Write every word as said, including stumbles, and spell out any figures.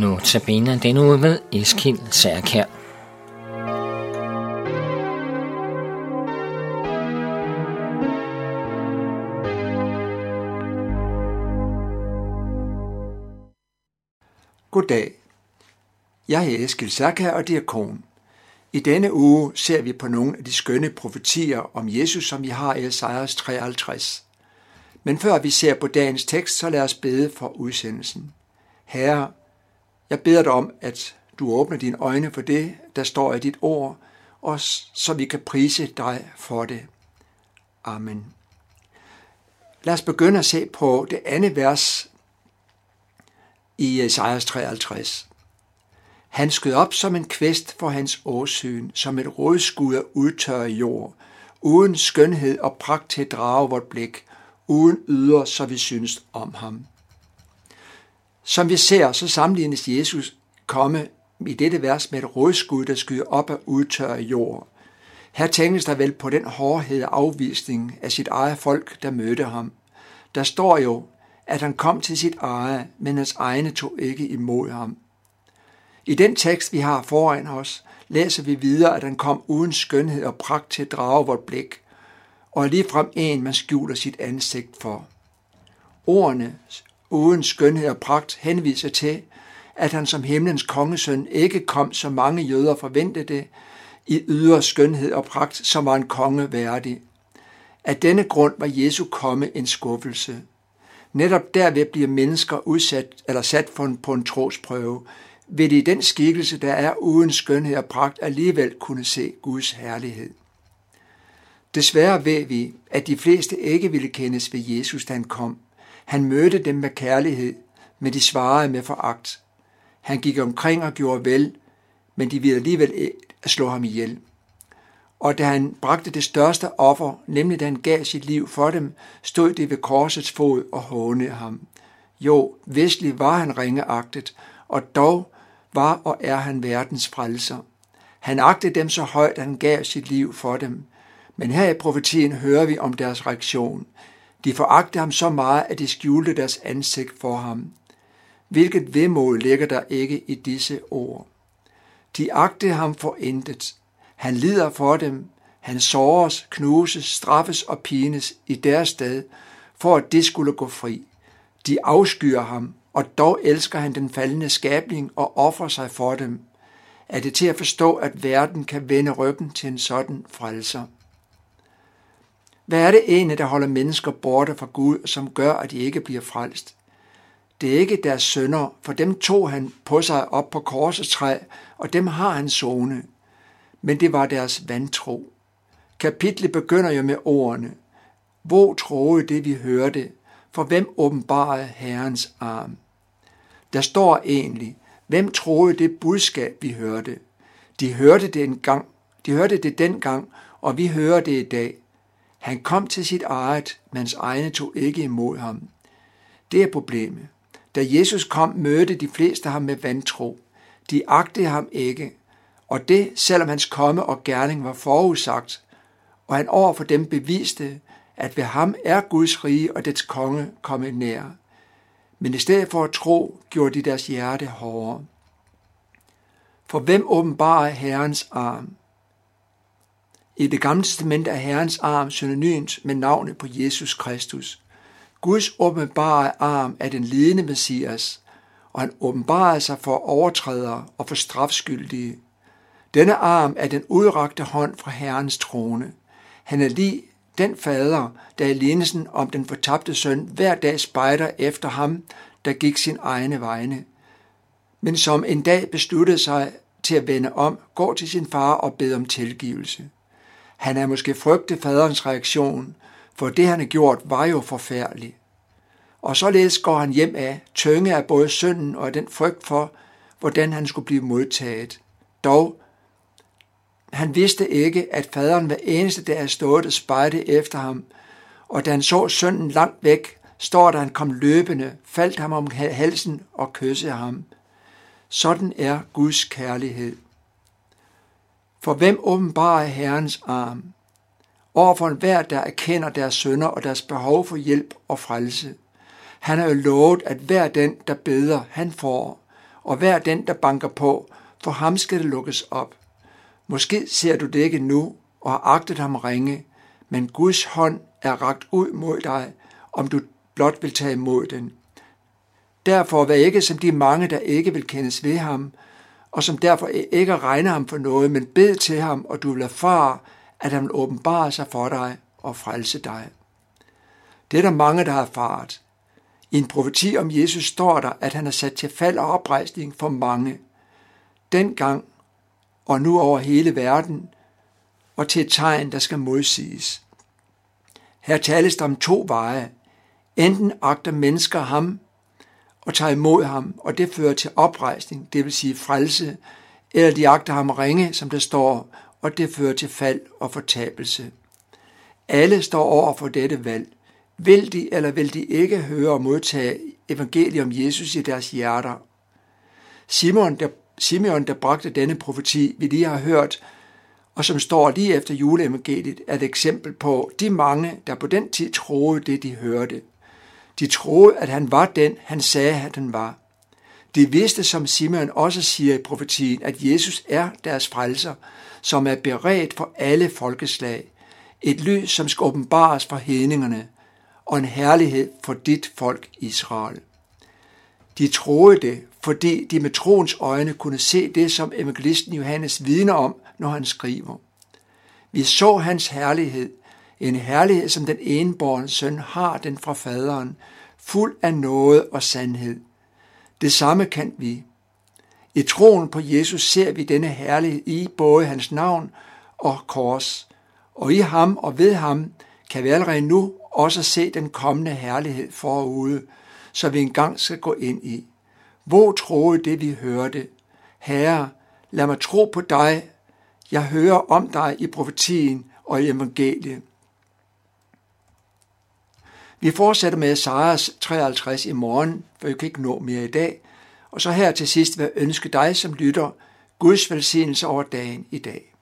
Notabene denne uge ved Eskild Særkjær. Goddag. Jeg er Eskild Særkjær og diakon. I denne uge ser vi på nogle af de skønne profetier om Jesus, som vi har i Esajas treoghalvtreds. Men før vi ser på dagens tekst, så lad os bede for udsendelsen. Herre, jeg beder dig om, at du åbner dine øjne for det, der står i dit ord, og så vi kan prise dig for det. Amen. Lad os begynde at se på det andet vers i Esajas treoghalvtreds. Han skød op som en kvist for hans åsyn, som et rådskud af udtørret jord, uden skønhed og pragt til at drage vort blik, uden yder, så vi synes om ham. Som vi ser, så sammenlignes Jesus komme i dette vers med et rådskud, der skyder op af udtørret jord. Her tænkes der vel på den hårdhed og afvisning af sit eget folk, der mødte ham. Der står jo, at han kom til sit eget, men hans egne tog ikke imod ham. I den tekst, vi har foran os, læser vi videre, at han kom uden skønhed og pragt til at drage vort blik, og ligefrem en, man skjuler sit ansigt for. Ordene uden skønhed og pragt henviser til, at han som himlens kongesøn ikke kom, som mange jøder forventede det, i ydre skønhed og pragt, som var en konge værdig. Af denne grund var Jesu komme en skuffelse. Netop derved bliver mennesker udsat eller sat på en, på en trosprøve, vil de i den skikkelse, der er uden skønhed og pragt, alligevel kunne se Guds herlighed. Desværre ved vi, at de fleste ikke ville kendes ved Jesus, da han kom. Han mødte dem med kærlighed, men de svarede med foragt. Han gik omkring og gjorde vel, men de ville alligevel slå ham ihjel. Og da han bragte det største offer, nemlig da han gav sit liv for dem, stod de ved korsets fod og hånede ham. Jo, vistlig var han ringeagtet, og dog var og er han verdens frelser. Han agtede dem så højt, at han gav sit liv for dem. Men her i profetien hører vi om deres reaktion. De foragtede ham så meget, at de skjulte deres ansigt for ham. Hvilket vemod ligger der ikke i disse ord? De agtede ham for intet. Han lider for dem. Han såres, knuses, straffes og pines i deres sted, for at det skulle gå fri. De afskyer ham, og dog elsker han den faldende skabning og ofrer sig for dem. Er det til at forstå, at verden kan vende ryggen til en sådan frelser? Hvad er det egentlig, der holder mennesker borte fra Gud, og som gør, at de ikke bliver frelst? Det er ikke deres synder, for dem tog han på sig op på korsets træ, og dem har han sonet. Men det var deres vantro. Kapitlet begynder jo med ordene: Hvor troede det, vi hørte? For hvem åbenbarede Herrens arm? Der står egentlig: Hvem troede det budskab, vi hørte? De hørte det en gang, de hørte det dengang, og vi hører det i dag. Han kom til sit eget, men hans egne tog ikke imod ham. Det er problemet. Da Jesus kom, mødte de fleste ham med vantro. De agtede ham ikke, og det, selvom hans komme og gerning var forudsagt, og han overfor dem beviste, at ved ham er Guds rige og dets konge kommet nær. Men i stedet for at tro, gjorde de deres hjerte hårdere. For hvem åbenbarer Herrens arm? I Det Gamle Testamente er Herrens arm synonymt med navnet på Jesus Kristus. Guds åbenbarede arm er den lidende Messias, og han åbenbarer sig for overtrædere og for strafskyldige. Denne arm er den udrakte hånd fra Herrens trone. Han er lig den fader, der i lignelsen om den fortabte søn hver dag spejder efter ham, der gik sin egne vegne, men som en dag besluttede sig til at vende om, gå til sin far og bede om tilgivelse. Han er måske frygtet faderens reaktion, for det han har gjort var jo forfærdeligt. Og således går han hjem af, tynget af både synden og af den frygt for, hvordan han skulle blive modtaget. Dog, han vidste ikke, at faderen hver eneste dag havde stået og spejdet efter ham, og da han så synden langt væk, står der, han kom løbende, faldt ham om halsen og kyssede ham. Sådan er Guds kærlighed. For hvem åbenbarer Herrens arm? Overfor enhver, der erkender deres synder og deres behov for hjælp og frelse. Han har jo lovet, at hver den, der beder, han får, og hver den, der banker på, for ham skal det lukkes op. Måske ser du det ikke nu, og har agtet ham ringe, men Guds hånd er rakt ud mod dig, om du blot vil tage imod den. Derfor vær ikke som de mange, der ikke vil kendes ved ham, og som derfor ikke regner ham for noget, men bed til ham, og du vil erfare, at han vil åbenbare sig for dig og frelse dig. Det er der mange, der har erfaret. I en profeti om Jesus står der, at han er sat til fald og oprejsning for mange. Dengang og nu over hele verden, og til et tegn, der skal modsiges. Her tales der om to veje. Enten agter mennesker ham og tager imod ham, og det fører til oprejsning, det vil sige frelse, eller de agter ham ringe, som der står, og det fører til fald og fortabelse. Alle står over for dette valg. Vil de eller vil de ikke høre og modtage evangeliet om Jesus i deres hjerter? Simon, der, Simeon, der bragte denne profeti, vi lige har hørt, og som står lige efter juleevangeliet, er et eksempel på de mange, der på den tid troede det, de hørte. De troede, at han var den, han sagde, at han var. De vidste, som Simeon også siger i profetien, at Jesus er deres frelser, som er beredt for alle folkeslag. Et lys, som skal åbenbares for hedningerne, og en herlighed for dit folk Israel. De troede det, fordi de med troens øjne kunne se det, som evangelisten Johannes vidner om, når han skriver. Vi så hans herlighed, en herlighed, som den enbårne søn har den fra faderen, fuld af nåde og sandhed. Det samme kan vi. I troen på Jesus ser vi denne herlighed i både hans navn og kors, og i ham og ved ham kan vi allerede nu også se den kommende herlighed forude, så vi engang skal gå ind i. Hvor troede det, vi hørte? Herre, lad mig tro på dig. Jeg hører om dig i profetien og i evangeliet. Vi fortsætter med Esajas treoghalvtreds i morgen, for vi kan ikke nå mere i dag. Og så her til sidst vil jeg ønske dig, som lytter, Guds velsignelse over dagen i dag.